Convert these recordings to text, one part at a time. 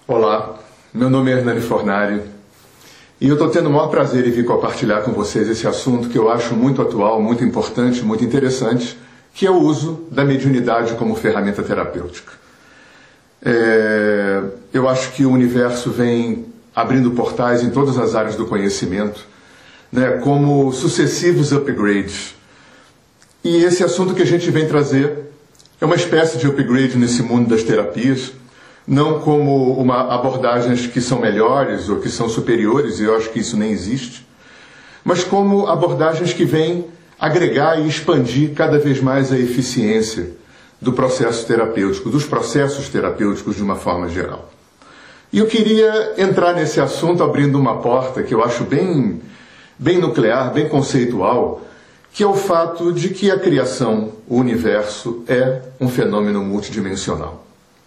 Olá, meu nome é Hernani Fornari e eu estou tendo o maior prazer em vir compartilhar com vocês esse assunto que eu acho muito atual, muito importante, muito interessante, que é o uso da mediunidade como ferramenta terapêutica. Eu acho que o universo vem abrindo portais em todas as áreas do conhecimento, né, como sucessivos upgrades. E esse assunto que a gente vem trazer é uma espécie de upgrade nesse mundo das terapias, não como abordagens que são melhores ou que são superiores, e eu acho que isso nem existe, mas como abordagens que vêm agregar e expandir cada vez mais a eficiência do processo terapêutico, dos processos terapêuticos de uma forma geral. E eu queria entrar nesse assunto abrindo uma porta que eu acho bem nuclear, bem conceitual, que é o fato de que a criação, o universo, é um fenômeno multidimensional.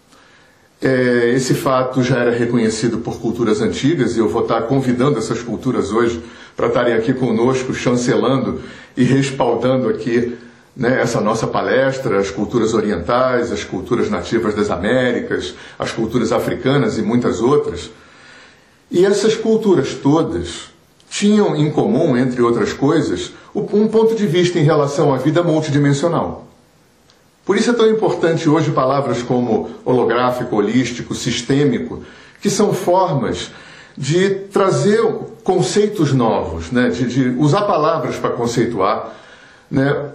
Esse fato já era reconhecido por culturas antigas, e eu vou estar convidando essas culturas hoje para estarem aqui conosco, chancelando e respaldando aqui, né, essa nossa palestra, as culturas orientais, as culturas nativas das Américas, as culturas africanas e muitas outras. E essas culturas todas tinham em comum, entre outras coisas, um ponto de vista em relação à vida multidimensional. Por isso é tão importante hoje palavras como holográfico, holístico, sistêmico, que são formas de trazer conceitos novos, né? de usar palavras para conceituar, né?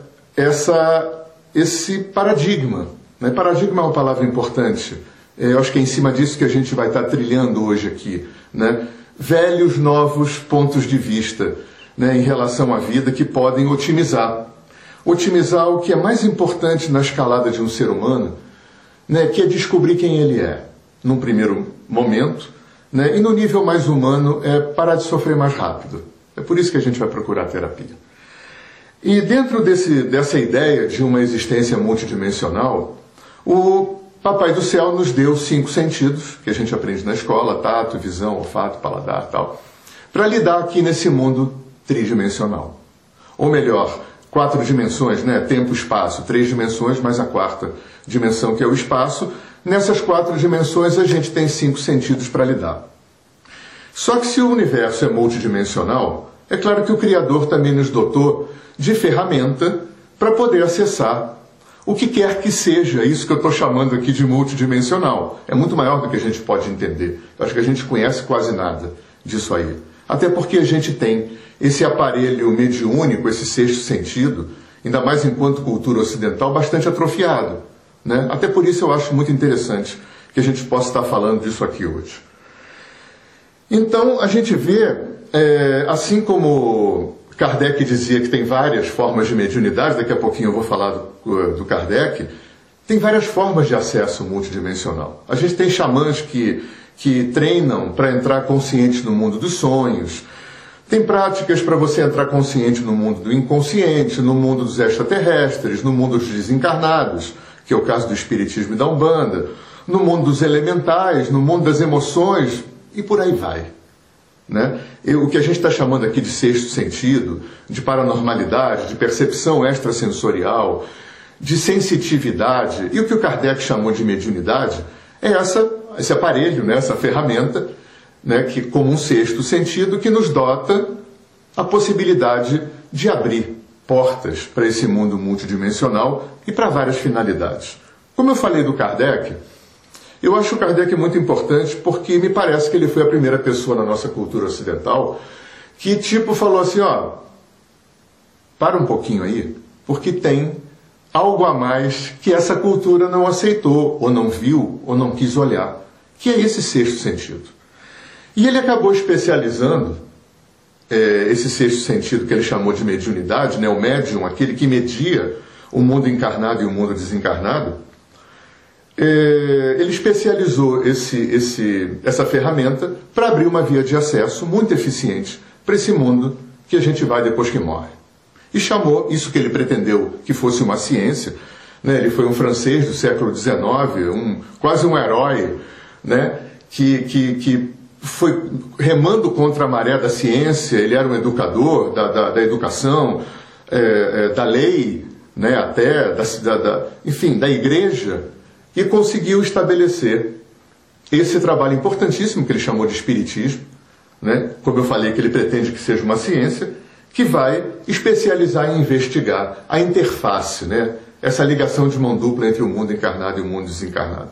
Esse paradigma. Né? Paradigma é uma palavra importante. Eu acho que é em cima disso que a gente vai estar trilhando hoje aqui. Né? Velhos, novos pontos de vista, né, em relação à vida que podem otimizar o que é mais importante na escalada de um ser humano, né, que é descobrir quem ele é, num primeiro momento, né, e no nível mais humano é parar de sofrer mais rápido. É por isso que a gente vai procurar terapia. E dentro dessa ideia de uma existência multidimensional, o Papai do Céu nos deu 5 sentidos, que a gente aprende na escola, tato, visão, olfato, paladar, tal, para lidar aqui nesse mundo tridimensional. Ou melhor, 4 dimensões, né? Tempo, espaço, 3 dimensões, mais a 4ª dimensão, que é o espaço. Nessas 4 dimensões a gente tem 5 sentidos para lidar. Só que se o universo é multidimensional, é claro que o Criador também nos dotou de ferramenta para poder acessar o que quer que seja isso que eu estou chamando aqui de multidimensional. É muito maior do que a gente pode entender. Eu acho que a gente conhece quase nada disso aí. Até porque a gente tem esse aparelho mediúnico, esse 6º sentido, ainda mais enquanto cultura ocidental, bastante atrofiado. Né? Até por isso eu acho muito interessante que a gente possa estar falando disso aqui hoje. Então a gente vê, assim como Kardec dizia que tem várias formas de mediunidade, daqui a pouquinho eu vou falar do Kardec, tem várias formas de acesso multidimensional. A gente tem xamãs que treinam para entrar consciente no mundo dos sonhos, tem práticas para você entrar consciente no mundo do inconsciente, no mundo dos extraterrestres, no mundo dos desencarnados, que é o caso do Espiritismo e da Umbanda, no mundo dos elementais, no mundo das emoções, e por aí vai. Né? O que a gente está chamando aqui de 6º sentido, de paranormalidade, de percepção extrasensorial, de sensitividade, e o que o Kardec chamou de mediunidade, é esse aparelho, né? Essa ferramenta, né? Que, como um 6º sentido, que nos dota a possibilidade de abrir portas para esse mundo multidimensional e para várias finalidades. Como eu falei do Kardec, eu acho o Kardec muito importante porque me parece que ele foi a primeira pessoa na nossa cultura ocidental que falou assim, para um pouquinho aí, porque tem algo a mais que essa cultura não aceitou, ou não viu, ou não quis olhar, que é esse 6º sentido. E ele acabou especializando esse 6º sentido que ele chamou de mediunidade, né, o médium, aquele que media o mundo encarnado e o mundo desencarnado. Ele especializou essa ferramenta para abrir uma via de acesso muito eficiente para esse mundo que a gente vai depois que morre. E chamou isso que ele pretendeu que fosse uma ciência, né? Ele foi um francês do século XIX, quase um herói, né? que foi remando contra a maré da ciência. Ele era um educador da educação, da lei, né? Até enfim, da igreja, e conseguiu estabelecer esse trabalho importantíssimo que ele chamou de espiritismo, né? Como eu falei, que ele pretende que seja uma ciência, que vai especializar em investigar a interface, né? Essa ligação de mão dupla entre o mundo encarnado e o mundo desencarnado.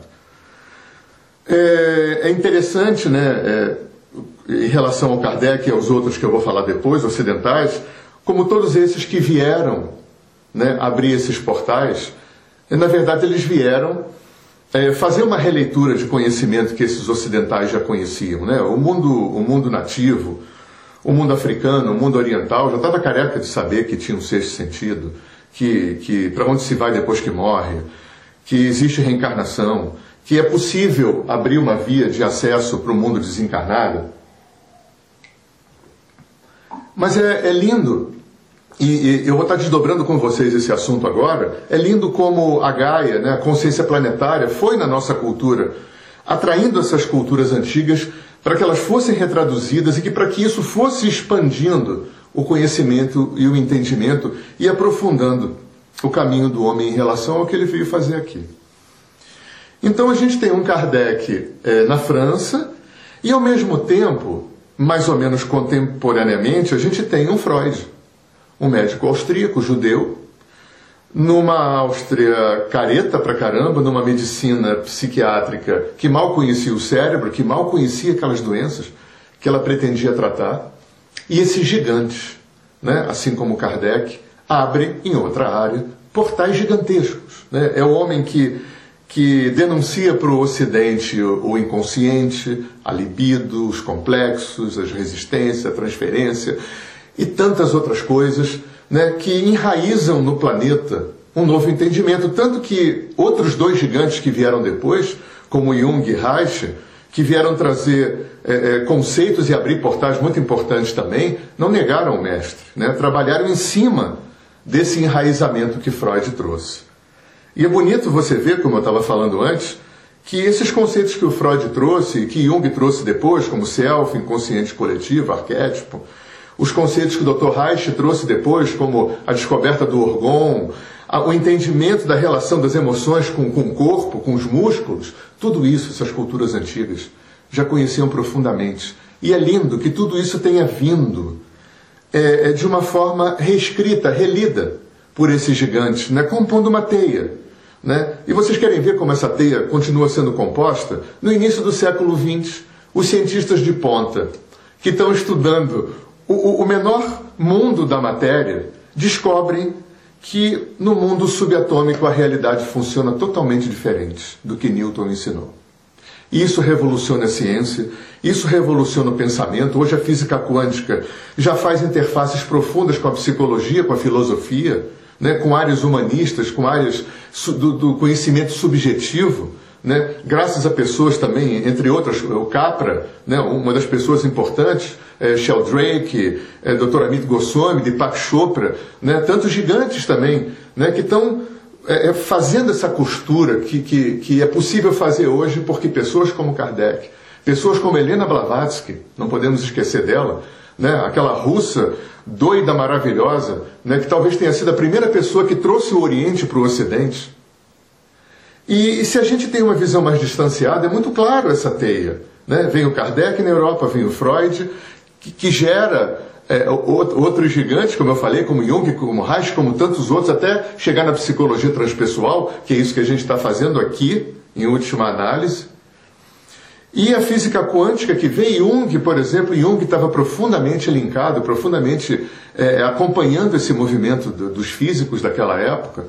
É interessante, né, em relação ao Kardec e aos outros que eu vou falar depois, ocidentais, como todos esses que vieram, né, abrir esses portais, na verdade eles vieram fazer uma releitura de conhecimento que esses ocidentais já conheciam, né? O mundo nativo, o mundo africano, o mundo oriental já estava careca de saber que tinha um sexto sentido, que para onde se vai depois que morre, que existe reencarnação, que é possível abrir uma via de acesso para o mundo desencarnado. Mas é lindo, e eu vou estar desdobrando com vocês esse assunto agora, é lindo como a Gaia, né, a consciência planetária, foi na nossa cultura, atraindo essas culturas antigas para que elas fossem retraduzidas e que para que isso fosse expandindo o conhecimento e o entendimento e aprofundando o caminho do homem em relação ao que ele veio fazer aqui. Então a gente tem um Kardec na França e ao mesmo tempo, mais ou menos contemporaneamente, a gente tem um Freud, um médico austríaco, judeu, numa Áustria careta pra caramba, numa medicina psiquiátrica que mal conhecia o cérebro, que mal conhecia aquelas doenças que ela pretendia tratar. E esses gigantes, né, assim como Kardec, abrem em outra área portais gigantescos, né? É o homem que denuncia para o Ocidente o inconsciente, a libido, os complexos, as resistências, a transferência e tantas outras coisas, né, que enraizam no planeta um novo entendimento. Tanto que outros dois gigantes que vieram depois, como Jung e Reich, que vieram trazer conceitos e abrir portais muito importantes também, não negaram o mestre, né? Trabalharam em cima desse enraizamento que Freud trouxe. E é bonito você ver, como eu estava falando antes, que esses conceitos que o Freud trouxe e que Jung trouxe depois, como self, inconsciente coletivo, arquétipo, os conceitos que o Dr. Reich trouxe depois, como a descoberta do orgon, o entendimento da relação das emoções com o corpo, com os músculos, tudo isso, essas culturas antigas já conheciam profundamente. E é lindo que tudo isso tenha vindo de uma forma reescrita, relida por esses gigantes, né, compondo uma teia. Né? E vocês querem ver como essa teia continua sendo composta? No início do século XX, os cientistas de ponta, que estão estudando o menor mundo da matéria, descobrem que no mundo subatômico a realidade funciona totalmente diferente do que Newton ensinou. Isso revoluciona a ciência, isso revoluciona o pensamento. Hoje a física quântica já faz interfaces profundas com a psicologia, com a filosofia, né, com áreas humanistas, com áreas do conhecimento subjetivo, né, graças a pessoas também, entre outras, o Capra, né, uma das pessoas importantes, Sheldrake, Dr. Amit Goswami, Deepak Chopra, né, tantos gigantes também, né, que estão fazendo essa costura que é possível fazer hoje porque pessoas como Kardec, pessoas como Helena Blavatsky, não podemos esquecer dela, né, aquela russa doida, maravilhosa, né, que talvez tenha sido a primeira pessoa que trouxe o Oriente para o Ocidente. E se a gente tem uma visão mais distanciada, é muito claro essa teia. Né? Vem o Kardec na Europa, vem o Freud, que gera outros gigantes, como eu falei, como Jung, como Reich, como tantos outros, até chegar na psicologia transpessoal, que é isso que a gente está fazendo aqui, em última análise. E a física quântica que vem, Jung, por exemplo, Jung estava profundamente linkado, profundamente acompanhando esse movimento dos físicos daquela época.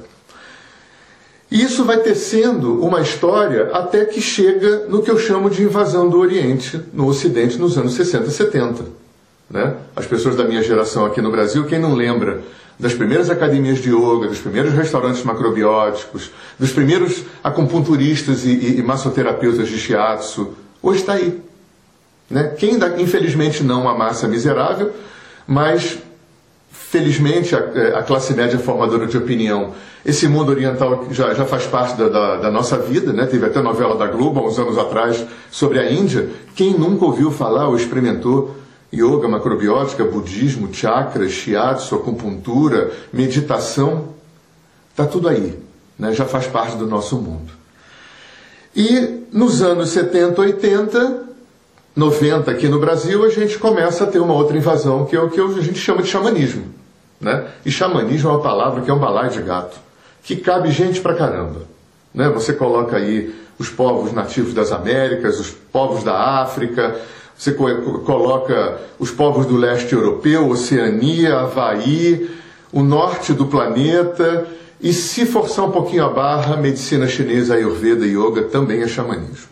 E isso vai tecendo uma história até que chega no que eu chamo de invasão do Oriente, no Ocidente, nos anos 60 e 70. Né? As pessoas da minha geração aqui no Brasil, quem não lembra das primeiras academias de yoga, dos primeiros restaurantes macrobióticos, dos primeiros acupunturistas e massoterapeutas de shiatsu, hoje está aí. Né? Quem ainda, infelizmente, não a massa miserável, mas felizmente a classe média formadora de opinião. Esse mundo oriental já faz parte da nossa vida, né? Teve até novela da Globo, há uns anos atrás, sobre a Índia. Quem nunca ouviu falar ou experimentou yoga, macrobiótica, budismo, chakras, shiatsu, acupuntura, meditação? Está tudo aí, né? Já faz parte do nosso mundo. E nos anos 70, 80, 90 aqui no Brasil, a gente começa a ter uma outra invasão, que é o que a gente chama de xamanismo, né? E xamanismo é uma palavra que é um balaio de gato, que cabe gente pra caramba, né? Você coloca aí os povos nativos das Américas, os povos da África, você coloca os povos do leste europeu, Oceania, Havaí, o norte do planeta, e se forçar um pouquinho a barra, medicina chinesa, Ayurveda e Yoga também é xamanismo.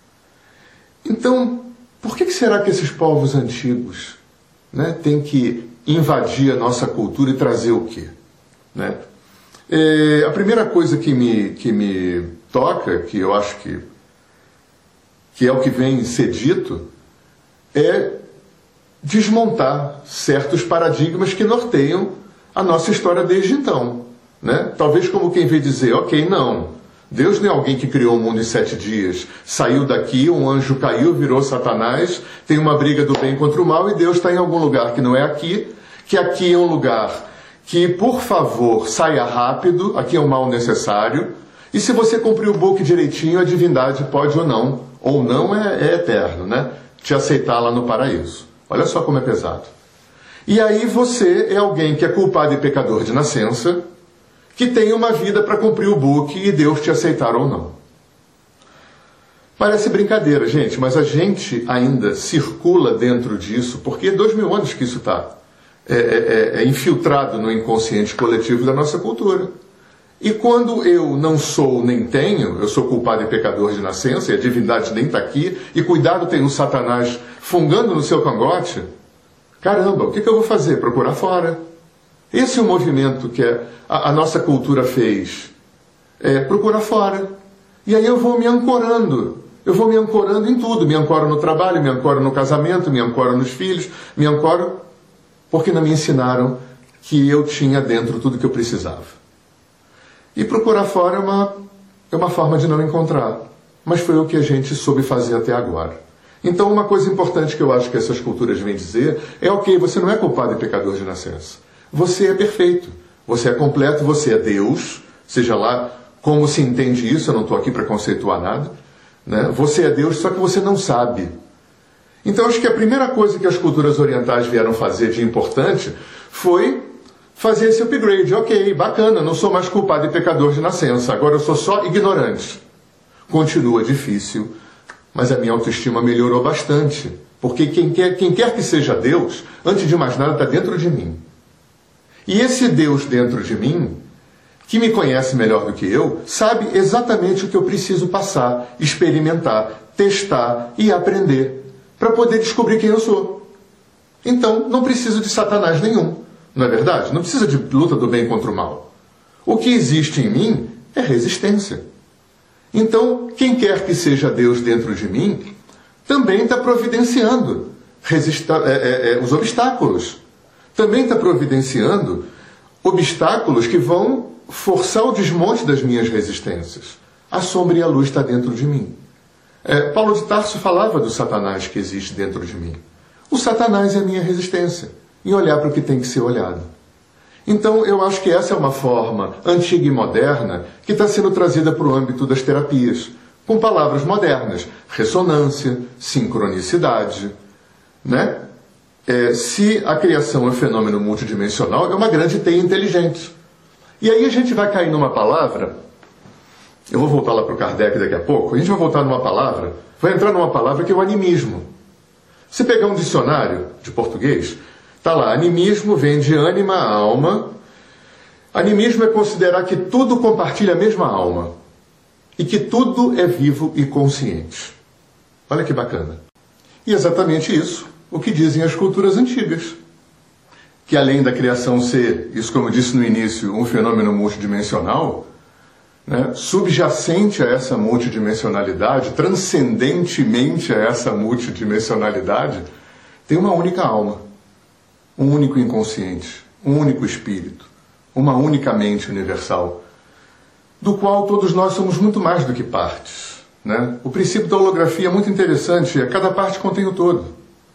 Então, por que será que esses povos antigos, né, têm que invadir a nossa cultura e trazer o quê? Né? A primeira coisa que me toca, que eu acho que é o que vem ser dito, é desmontar certos paradigmas que norteiam a nossa história desde então. Né? Talvez como quem vem dizer, ok, não, Deus não é alguém que criou o mundo em 7 dias, saiu daqui, um anjo caiu, virou Satanás, tem uma briga do bem contra o mal e Deus está em algum lugar que não é aqui, que aqui é um lugar que, por favor, saia rápido, aqui é um mal necessário, e se você cumprir o book direitinho, a divindade pode ou não é eterno, né? Te aceitar lá no paraíso. Olha só como é pesado. E aí você é alguém que é culpado e pecador de nascença, que tem uma vida para cumprir o book e Deus te aceitar ou não. Parece brincadeira, gente, mas a gente ainda circula dentro disso, porque 2000 anos que isso está infiltrado no inconsciente coletivo da nossa cultura. E quando eu não sou nem tenho, eu sou culpado e pecador de nascença, e a divindade nem está aqui, e cuidado, tem um Satanás fungando no seu cangote, caramba, o que eu vou fazer? Procurar fora. Esse é o movimento que a nossa cultura fez. Procurar fora. E aí eu vou me ancorando. Eu vou me ancorando em tudo. Me ancoro no trabalho, me ancoro no casamento, me ancoro nos filhos, me ancoro porque não me ensinaram que eu tinha dentro tudo que eu precisava. E procurar fora é uma forma de não encontrar. Mas foi o que a gente soube fazer até agora. Então uma coisa importante que eu acho que essas culturas vêm dizer é ok, você não é culpado e pecador de nascença. Você é perfeito, você é completo, você é Deus, seja lá como se entende isso, eu não estou aqui para conceituar nada, né? Você é Deus, só que você não sabe. Então acho que a primeira coisa que as culturas orientais vieram fazer de importante foi fazer esse upgrade. Ok, bacana, não sou mais culpado e pecador de nascença, agora eu sou só ignorante. Continua difícil, mas a minha autoestima melhorou bastante, porque quem quer que seja Deus, antes de mais nada, está dentro de mim. E esse Deus dentro de mim, que me conhece melhor do que eu, sabe exatamente o que eu preciso passar, experimentar, testar e aprender, para poder descobrir quem eu sou. Então, não preciso de Satanás nenhum, não é verdade? Não precisa de luta do bem contra o mal. O que existe em mim é resistência. Então, quem quer que seja Deus dentro de mim, também está providenciando os obstáculos. Também está providenciando obstáculos que vão forçar o desmonte das minhas resistências. A sombra e a luz está dentro de mim. Paulo de Tarso falava do Satanás que existe dentro de mim. O Satanás é a minha resistência em olhar para o que tem que ser olhado. Então, eu acho que essa é uma forma antiga e moderna que está sendo trazida para o âmbito das terapias, com palavras modernas, ressonância, sincronicidade, né? Se a criação é um fenômeno multidimensional, é uma grande teia inteligente. E aí a gente vai cair numa palavra, eu vou voltar lá para o Kardec daqui a pouco, a gente vai voltar numa palavra, vai entrar numa palavra que é o animismo. Se pegar um dicionário de português, está lá, animismo vem de ânima, alma. Animismo é considerar que tudo compartilha a mesma alma e que tudo é vivo e consciente. Olha que bacana. E exatamente isso o que dizem as culturas antigas. Que além da criação ser, isso como eu disse no início, um fenômeno multidimensional, né, subjacente a essa multidimensionalidade, transcendentemente a essa multidimensionalidade, tem uma única alma, um único inconsciente, um único espírito, uma única mente universal, do qual todos nós somos muito mais do que partes. Né? O princípio da holografia é muito interessante, cada parte contém o todo.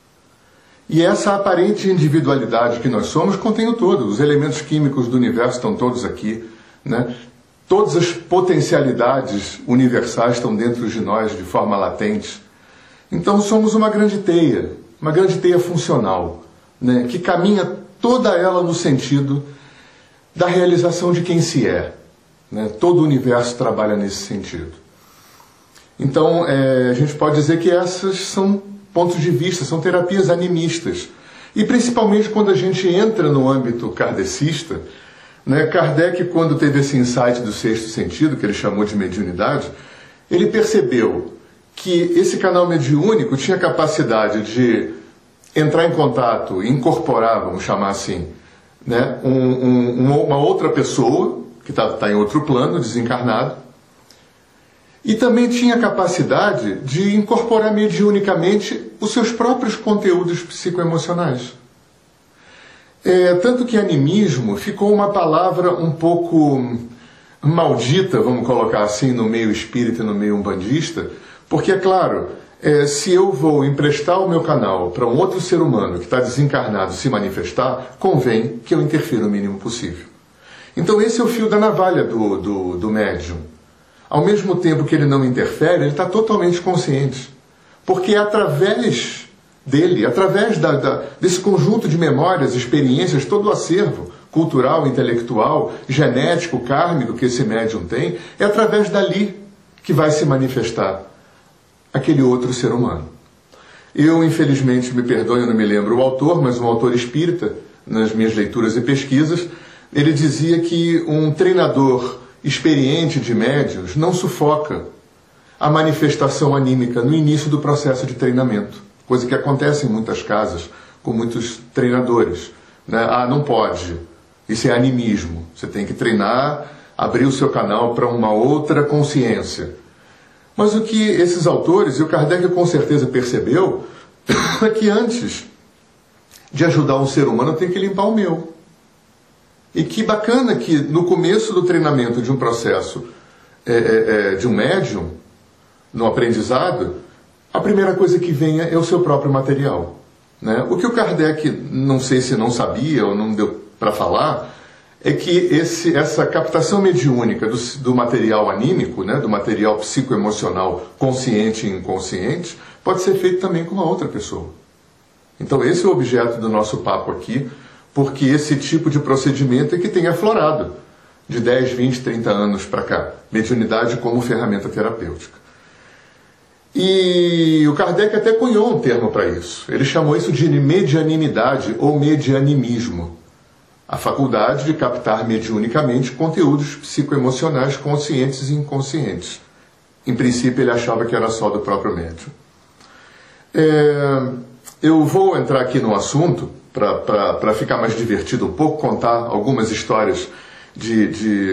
E essa aparente individualidade que nós somos contém o todo. Os elementos químicos do universo estão todos aqui. Né? Todas as potencialidades universais estão dentro de nós de forma latente. Então somos uma grande teia funcional, né, que caminha toda ela no sentido da realização de quem se é. Né? Todo o universo trabalha nesse sentido. Então, a gente pode dizer que essas são pontos de vista, são terapias animistas. E principalmente quando a gente entra no âmbito kardecista, né, Kardec, quando teve esse insight do sexto sentido, que ele chamou de mediunidade, ele percebeu que esse canal mediúnico tinha capacidade de entrar em contato, incorporar, vamos chamar assim, né, uma outra pessoa, que está em outro plano, desencarnado, e também tinha capacidade de incorporar mediunicamente os seus próprios conteúdos psicoemocionais. Tanto que animismo ficou uma palavra um pouco maldita, vamos colocar assim, no meio espírita e no meio umbandista, porque, é claro, se eu vou emprestar o meu canal para um outro ser humano que está desencarnado se manifestar, convém que eu interfira o mínimo possível. Então esse é o fio da navalha do médium. Ao mesmo tempo que ele não interfere, ele está totalmente consciente. Porque é através dele, através desse conjunto de memórias, experiências, todo o acervo cultural, intelectual, genético, kármico que esse médium tem, é através dali que vai se manifestar aquele outro ser humano. Eu, infelizmente, me perdoe, eu não me lembro o autor, mas um autor espírita, nas minhas leituras e pesquisas, ele dizia que um treinador experiente de médiuns não sufoca a manifestação anímica no início do processo de treinamento, coisa que acontece em muitas casas com muitos treinadores, né? Não pode, isso é animismo, você tem que treinar, abrir o seu canal para uma outra consciência. Mas o que esses autores, e o Kardec com certeza percebeu, é que antes de ajudar um ser humano eu tenho que limpar o meu. E que bacana que no começo do treinamento de um processo de um médium, no aprendizado, a primeira coisa que venha é o seu próprio material. Né? O que o Kardec, não sei se não sabia ou não deu para falar, é que essa captação mediúnica do material anímico, né, do material psicoemocional consciente e inconsciente, pode ser feito também com uma outra pessoa. Então esse é o objeto do nosso papo aqui, porque esse tipo de procedimento é que tem aflorado de 10, 20, 30 anos para cá. Mediunidade como ferramenta terapêutica. E o Kardec até cunhou um termo para isso. Ele chamou isso de medianimidade ou medianimismo. A faculdade de captar mediunicamente conteúdos psicoemocionais conscientes e inconscientes. Em princípio ele achava que era só do próprio médium. Eu vou entrar aqui no assunto para ficar mais divertido um pouco, contar algumas histórias de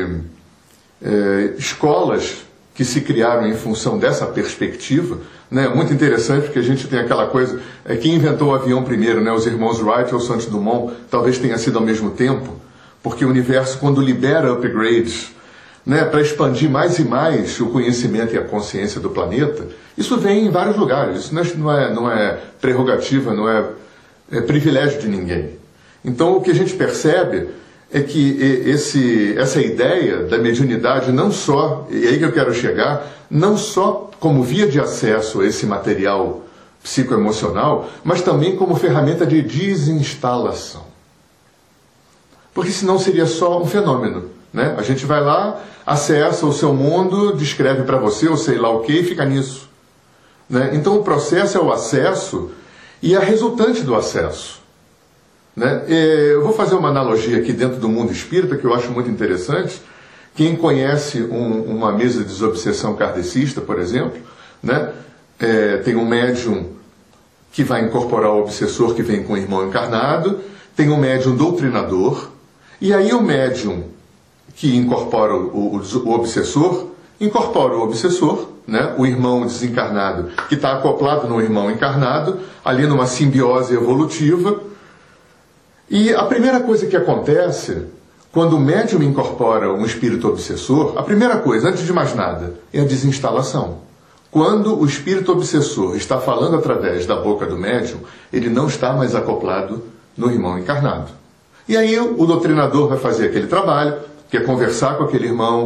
escolas que se criaram em função dessa perspectiva, né? Muito interessante, porque a gente tem aquela coisa, quem inventou o avião primeiro, né? Os irmãos Wright ou Santos Dumont, talvez tenha sido ao mesmo tempo, porque o universo, quando libera upgrades, né, para expandir mais e mais o conhecimento e a consciência do planeta, isso vem em vários lugares, isso não é prerrogativa, não é privilégio de ninguém. Então o que a gente percebe é que essa ideia da mediunidade não só, e é aí que eu quero chegar, não só como via de acesso a esse material psicoemocional, mas também como ferramenta de desinstalação. Porque senão seria só um fenômeno, né? A gente vai lá, acessa o seu mundo, descreve para você, ou sei lá o que, e fica nisso. Né? Então o processo é o acesso e a resultante do acesso. Né? Eu vou fazer uma analogia aqui dentro do mundo espírita que eu acho muito interessante. Quem conhece uma mesa de desobsessão kardecista, por exemplo, né? Tem um médium que vai incorporar o obsessor que vem com o irmão encarnado, tem um médium doutrinador, e aí o médium que incorpora o obsessor, incorpora o obsessor, né? O irmão desencarnado que está acoplado no irmão encarnado, ali numa simbiose evolutiva. E a primeira coisa que acontece quando o médium incorpora um espírito obsessor, a primeira coisa, antes de mais nada, é a desinstalação. Quando o espírito obsessor está falando através da boca do médium, ele não está mais acoplado no irmão encarnado. E aí o doutrinador vai fazer aquele trabalho, que é conversar com aquele irmão,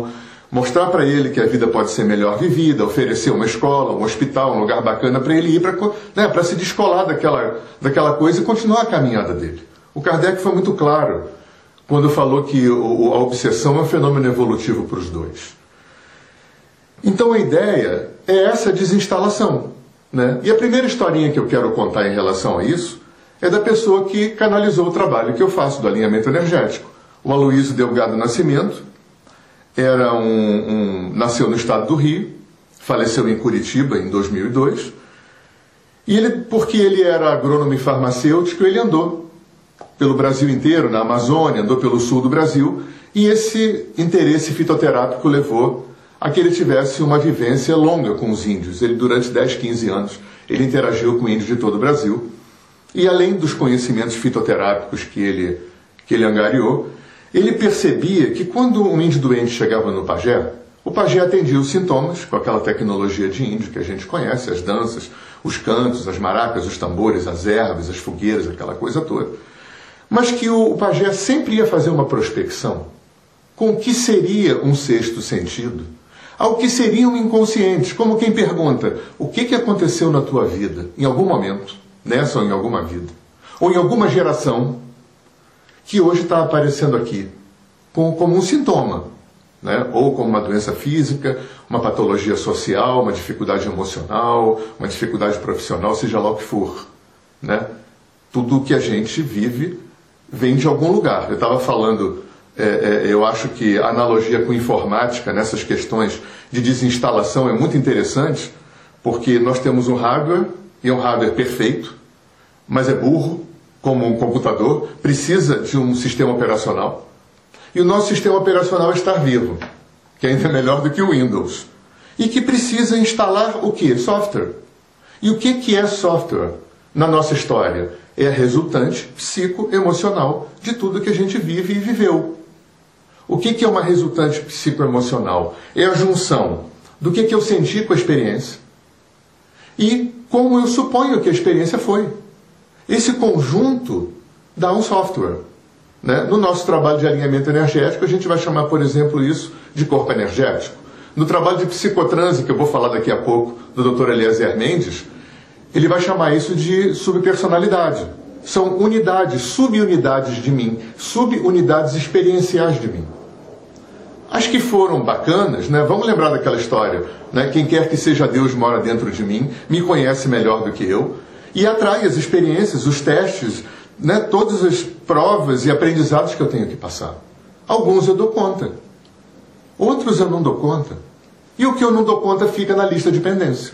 Mostrar para ele que a vida pode ser melhor vivida, oferecer uma escola, um hospital, um lugar bacana para ele ir para se descolar daquela coisa e continuar a caminhada dele. O Kardec foi muito claro quando falou que a obsessão é um fenômeno evolutivo para os dois. Então a ideia é essa desinstalação, né? E a primeira historinha que eu quero contar em relação a isso é da pessoa que canalizou o trabalho que eu faço do alinhamento energético. O Aloísio Delgado Nascimento nasceu no estado do Rio, faleceu em Curitiba em 2002, e porque ele era agrônomo e farmacêutico, ele andou pelo Brasil inteiro, na Amazônia, andou pelo sul do Brasil, e esse interesse fitoterápico levou a que ele tivesse uma vivência longa com os índios. Ele, durante 10, 15 anos, ele interagiu com índios de todo o Brasil, e além dos conhecimentos fitoterápicos que ele angariou, ele percebia que quando um índio doente chegava no pajé, o pajé atendia os sintomas com aquela tecnologia de índio que a gente conhece, as danças, os cantos, as maracas, os tambores, as ervas, as fogueiras, aquela coisa toda. Mas que o pajé sempre ia fazer uma prospecção com o que seria um sexto sentido, ao que seriam inconscientes, como quem pergunta, o que aconteceu na tua vida, em algum momento, nessa ou em alguma vida, ou em alguma geração, que hoje está aparecendo aqui, como um sintoma, né? Ou como uma doença física, uma patologia social, uma dificuldade emocional, uma dificuldade profissional, seja lá o que for, né? Tudo o que a gente vive vem de algum lugar. Eu estava falando, eu acho que a analogia com informática nessas questões de desinstalação é muito interessante, porque nós temos um hardware, e é um hardware perfeito, mas é burro, como um computador, precisa de um sistema operacional. E o nosso sistema operacional é estar vivo, que ainda é melhor do que o Windows. E que precisa instalar o quê? Software. E o que é software na nossa história? É a resultante psicoemocional de tudo que a gente vive e viveu. O que é uma resultante psicoemocional? É a junção do que eu senti com a experiência e como eu suponho que a experiência foi. Esse conjunto dá um software, né? No nosso trabalho de alinhamento energético, a gente vai chamar, por exemplo, isso de corpo energético. No trabalho de psicotranse, que eu vou falar daqui a pouco, do Dr. Eliezer Mendes, ele vai chamar isso de subpersonalidade. São unidades, subunidades de mim, subunidades experienciais de mim. As que foram bacanas, né? Vamos lembrar daquela história, né? Quem quer que seja Deus mora dentro de mim, me conhece melhor do que eu, e atrai as experiências, os testes, né? Todas as provas e aprendizados que eu tenho que passar. Alguns eu dou conta, outros eu não dou conta. E o que eu não dou conta fica na lista de pendência.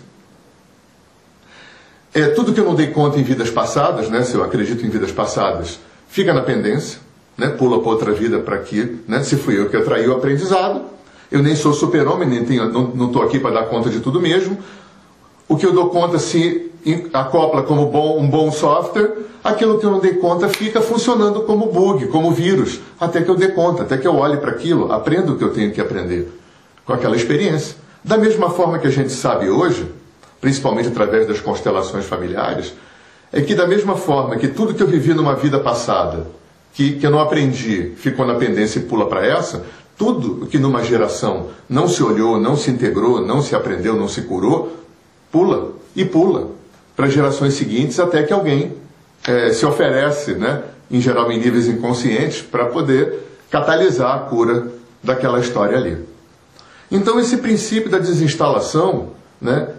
Tudo que eu não dei conta em vidas passadas, né? Se eu acredito em vidas passadas, fica na pendência, né? Pula para outra vida para aqui, né? Se fui eu que atraí o aprendizado, eu nem sou super-homem, não estou aqui para dar conta de tudo mesmo. O que eu dou conta se acopla como um bom software, aquilo que eu não dei conta fica funcionando como bug, como vírus, até que eu dê conta, até que eu olhe para aquilo, aprenda o que eu tenho que aprender com aquela experiência. Da mesma forma que a gente sabe hoje, principalmente através das constelações familiares, é que da mesma forma que tudo que eu vivi numa vida passada, que eu não aprendi, ficou na pendência e pula para essa, tudo que numa geração não se olhou, não se integrou, não se aprendeu, não se curou, pula e pula para gerações seguintes, até que alguém se oferece, né, em geral em níveis inconscientes, para poder catalisar a cura daquela história ali. Então esse princípio da desinstalação, né,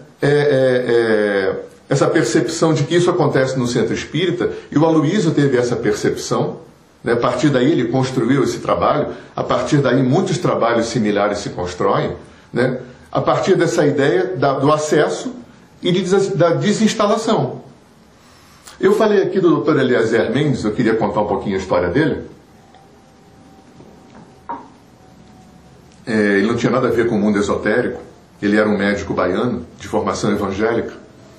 essa percepção de que isso acontece no centro espírita, e o Aloísio teve essa percepção, né, a partir daí ele construiu esse trabalho, a partir daí muitos trabalhos similares se constroem, né, a partir dessa ideia do acesso e da desinstalação. Eu falei aqui do Dr. Eliezer Mendes, eu queria contar um pouquinho a história dele. Ele não tinha nada a ver com o mundo esotérico, ele era um médico baiano, de formação evangélica,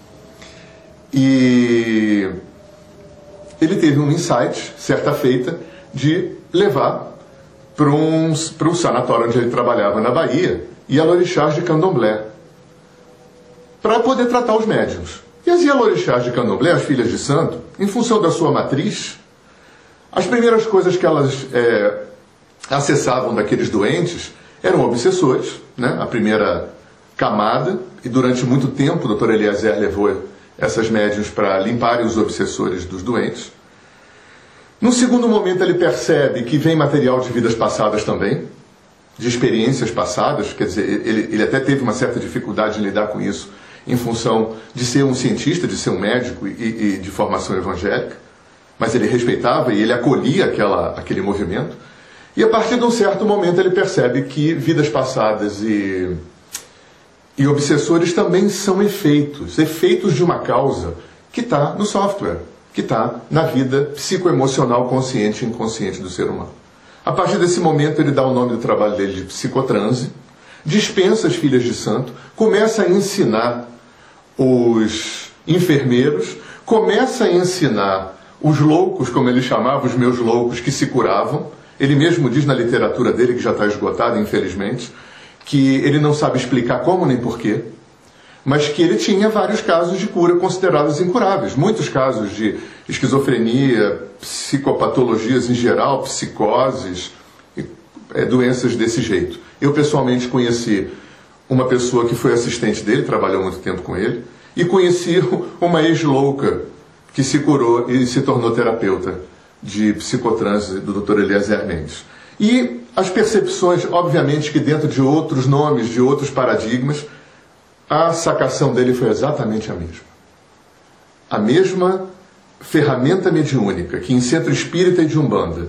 e ele teve um insight, certa feita, de levar para um sanatório onde ele trabalhava na Bahia, Ialorixás de Candomblé, para poder tratar os médiuns. E as Ialorixás de Candomblé, as filhas de santo, em função da sua matriz, as primeiras coisas que elas acessavam daqueles doentes eram obsessores, né? A primeira camada, e durante muito tempo o Dr. Eliezer levou essas médiuns para limparem os obsessores dos doentes. Num segundo momento ele percebe que vem material de vidas passadas também, de experiências passadas, quer dizer, ele até teve uma certa dificuldade em lidar com isso, em função de ser um cientista, de ser um médico e de formação evangélica, mas ele respeitava e ele acolhia aquele movimento. E a partir de um certo momento ele percebe que vidas passadas e obsessores também são efeitos de uma causa que está no software, que está na vida psicoemocional consciente e inconsciente do ser humano. A partir desse momento ele dá o nome do trabalho dele de psicotranse, dispensa as filhas de santo, começa a ensinar os enfermeiros, começa a ensinar os loucos, como ele chamava, os meus loucos, que se curavam. Ele mesmo diz na literatura dele, que já está esgotada, infelizmente, que ele não sabe explicar como nem porquê, mas que ele tinha vários casos de cura considerados incuráveis. Muitos casos de esquizofrenia, psicopatologias em geral, psicoses, doenças desse jeito. Eu pessoalmente conheci uma pessoa que foi assistente dele, trabalhou muito tempo com ele, e conheci uma ex-louca que se curou e se tornou terapeuta de psicotranse do Dr. Eliezer Mendes. E as percepções, obviamente que dentro de outros nomes, de outros paradigmas, a sacação dele foi exatamente a mesma. A mesma ferramenta mediúnica que em centro espírita e de Umbanda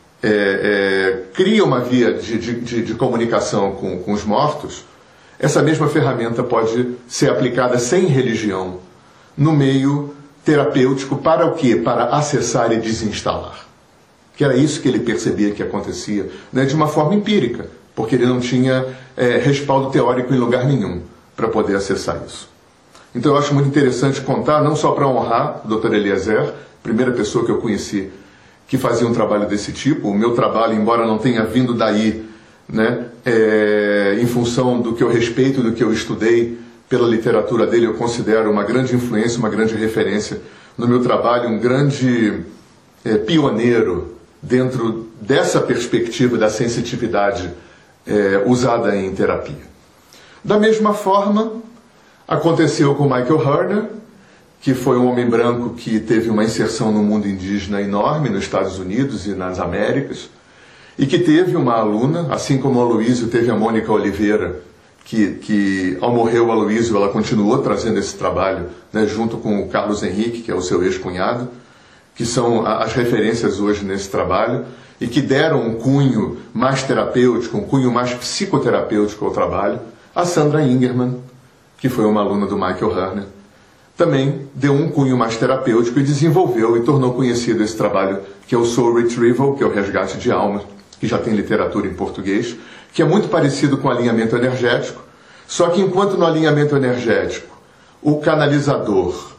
cria uma via de comunicação com os mortos, essa mesma ferramenta pode ser aplicada sem religião no meio terapêutico para o quê? Para acessar e desinstalar. Que era isso que ele percebia que acontecia, né, de uma forma empírica, porque ele não tinha respaldo teórico em lugar nenhum para poder acessar isso. Então eu acho muito interessante contar, não só para honrar o Dr. Eliezer, primeira pessoa que eu conheci que fazia um trabalho desse tipo. O meu trabalho, embora não tenha vindo daí, né, em função do que eu respeito, do que eu estudei, pela literatura dele, eu considero uma grande influência, uma grande referência no meu trabalho, um grande pioneiro dentro dessa perspectiva da sensitividade usada em terapia. Da mesma forma, aconteceu com Michael Herner, que foi um homem branco que teve uma inserção no mundo indígena enorme nos Estados Unidos e nas Américas, e que teve uma aluna, assim como o Aloysio teve a Mônica Oliveira, que ao morrer o Aloysio, ela continuou trazendo esse trabalho, né, junto com o Carlos Henrique, que é o seu ex-cunhado, que são as referências hoje nesse trabalho, e que deram um cunho mais terapêutico, um cunho mais psicoterapêutico ao trabalho. A Sandra Ingerman, que foi uma aluna do Michael Herner, também deu um cunho mais terapêutico e desenvolveu e tornou conhecido esse trabalho, que é o Soul Retrieval, que é o resgate de alma, que já tem literatura em português, que é muito parecido com o alinhamento energético, só que enquanto no alinhamento energético o canalizador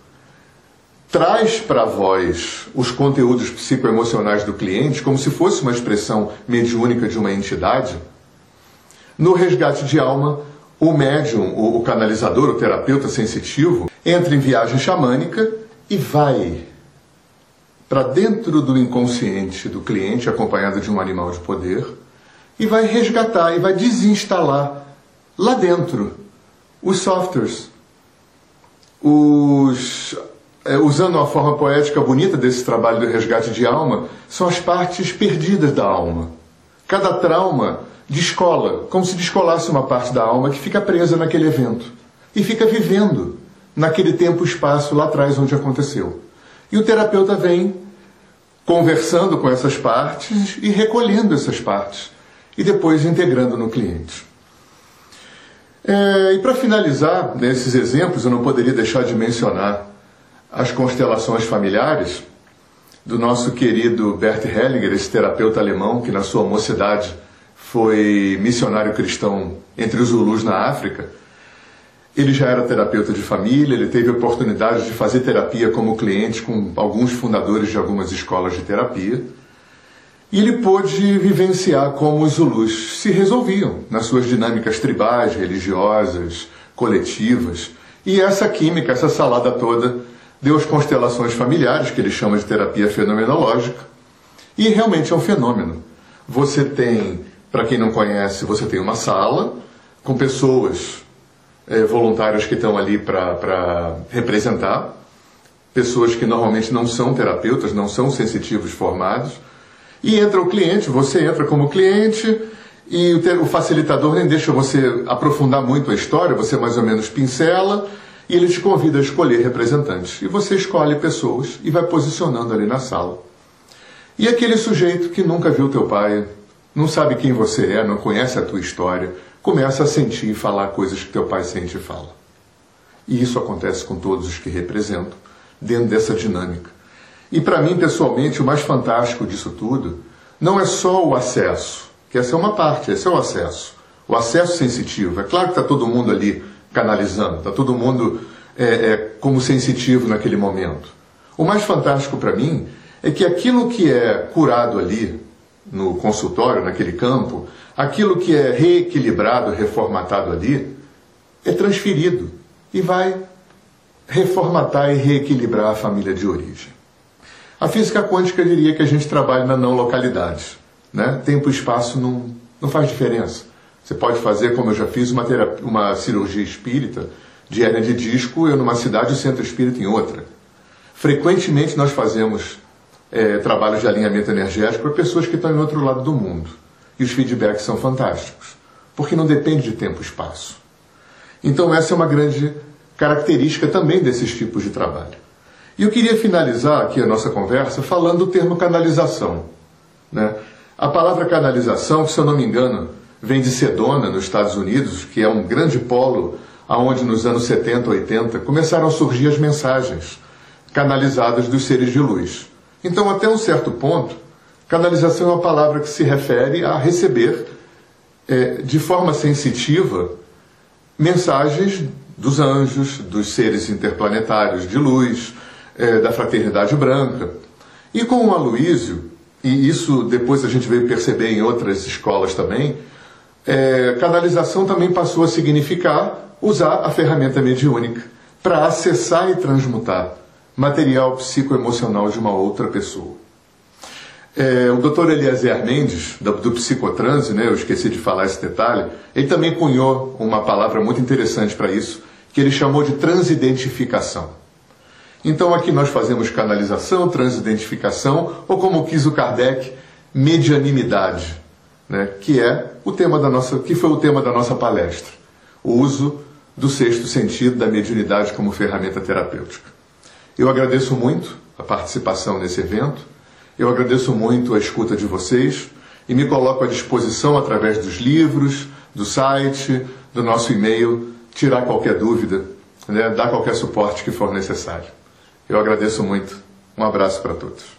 traz para a voz os conteúdos psicoemocionais do cliente, como se fosse uma expressão mediúnica de uma entidade, no resgate de alma, o médium, o canalizador, o terapeuta sensitivo, entra em viagem xamânica e vai para dentro do inconsciente do cliente, acompanhado de um animal de poder, e vai resgatar e vai desinstalar lá dentro os softwares, usando uma forma poética bonita desse trabalho do resgate de alma, são as partes perdidas da alma. Cada trauma descola, como se descolasse uma parte da alma que fica presa naquele evento e fica vivendo naquele tempo e espaço lá atrás onde aconteceu. E o terapeuta vem conversando com essas partes e recolhendo essas partes e depois integrando no cliente. E para finalizar, nesses exemplos, eu não poderia deixar de mencionar as constelações familiares do nosso querido Bert Hellinger, esse terapeuta alemão que na sua mocidade foi missionário cristão entre os Zulus na África. Ele já era terapeuta de família, ele teve a oportunidade de fazer terapia como cliente com alguns fundadores de algumas escolas de terapia. E ele pôde vivenciar como os Zulus se resolviam nas suas dinâmicas tribais, religiosas, coletivas. E essa química, essa salada toda, deu as constelações familiares, que ele chama de terapia fenomenológica. E realmente é um fenômeno. Você tem Para quem não conhece, você tem uma sala com pessoas voluntárias que estão ali para representar, pessoas que normalmente não são terapeutas, não são sensitivos formados, e entra o cliente, você entra como cliente, e o facilitador nem deixa você aprofundar muito a história, você mais ou menos pincela, e ele te convida a escolher representantes. E você escolhe pessoas e vai posicionando ali na sala. E aquele sujeito que nunca viu teu pai, não sabe quem você é, não conhece a tua história, começa a sentir e falar coisas que teu pai sente e fala. E isso acontece com todos os que representam, dentro dessa dinâmica. E para mim, pessoalmente, o mais fantástico disso tudo não é só o acesso, que essa é uma parte, esse é o acesso sensitivo. É claro que está todo mundo ali canalizando, está todo mundo como sensitivo naquele momento. O mais fantástico para mim é que aquilo que é curado ali no consultório, naquele campo, aquilo que é reequilibrado, reformatado ali, é transferido e vai reformatar e reequilibrar a família de origem. A física quântica diria que a gente trabalha na não localidade, né? Tempo e espaço não faz diferença. Você pode fazer, como eu já fiz, uma cirurgia espírita de hérnia de disco, eu numa cidade e o centro espírita em outra. Frequentemente nós fazemos trabalhos de alinhamento energético para pessoas que estão em outro lado do mundo. E os feedbacks são fantásticos, porque não depende de tempo e espaço. Então essa é uma grande característica também desses tipos de trabalho. E eu queria finalizar aqui a nossa conversa falando do termo canalização, né? A palavra canalização, que se eu não me engano, vem de Sedona, nos Estados Unidos, que é um grande polo onde nos anos 70, 80 começaram a surgir as mensagens canalizadas dos seres de luz. Então, até um certo ponto, canalização é uma palavra que se refere a receber de forma sensitiva mensagens dos anjos, dos seres interplanetários de luz, da fraternidade branca. E com o Aloísio, e isso depois a gente veio perceber em outras escolas também, canalização também passou a significar usar a ferramenta mediúnica para acessar e transmutar material psicoemocional de uma outra pessoa. O Dr. Eliezer Mendes, do Psicotranse, né, eu esqueci de falar esse detalhe, ele também cunhou uma palavra muito interessante para isso, que ele chamou de transidentificação. Então aqui nós fazemos canalização, transidentificação, ou como quis o Kardec, medianimidade, né, que foi o tema da nossa palestra, o uso do sexto sentido da mediunidade como ferramenta terapêutica. Eu agradeço muito a participação nesse evento, eu agradeço muito a escuta de vocês e me coloco à disposição através dos livros, do site, do nosso e-mail, tirar qualquer dúvida, né, dar qualquer suporte que for necessário. Eu agradeço muito. Um abraço para todos.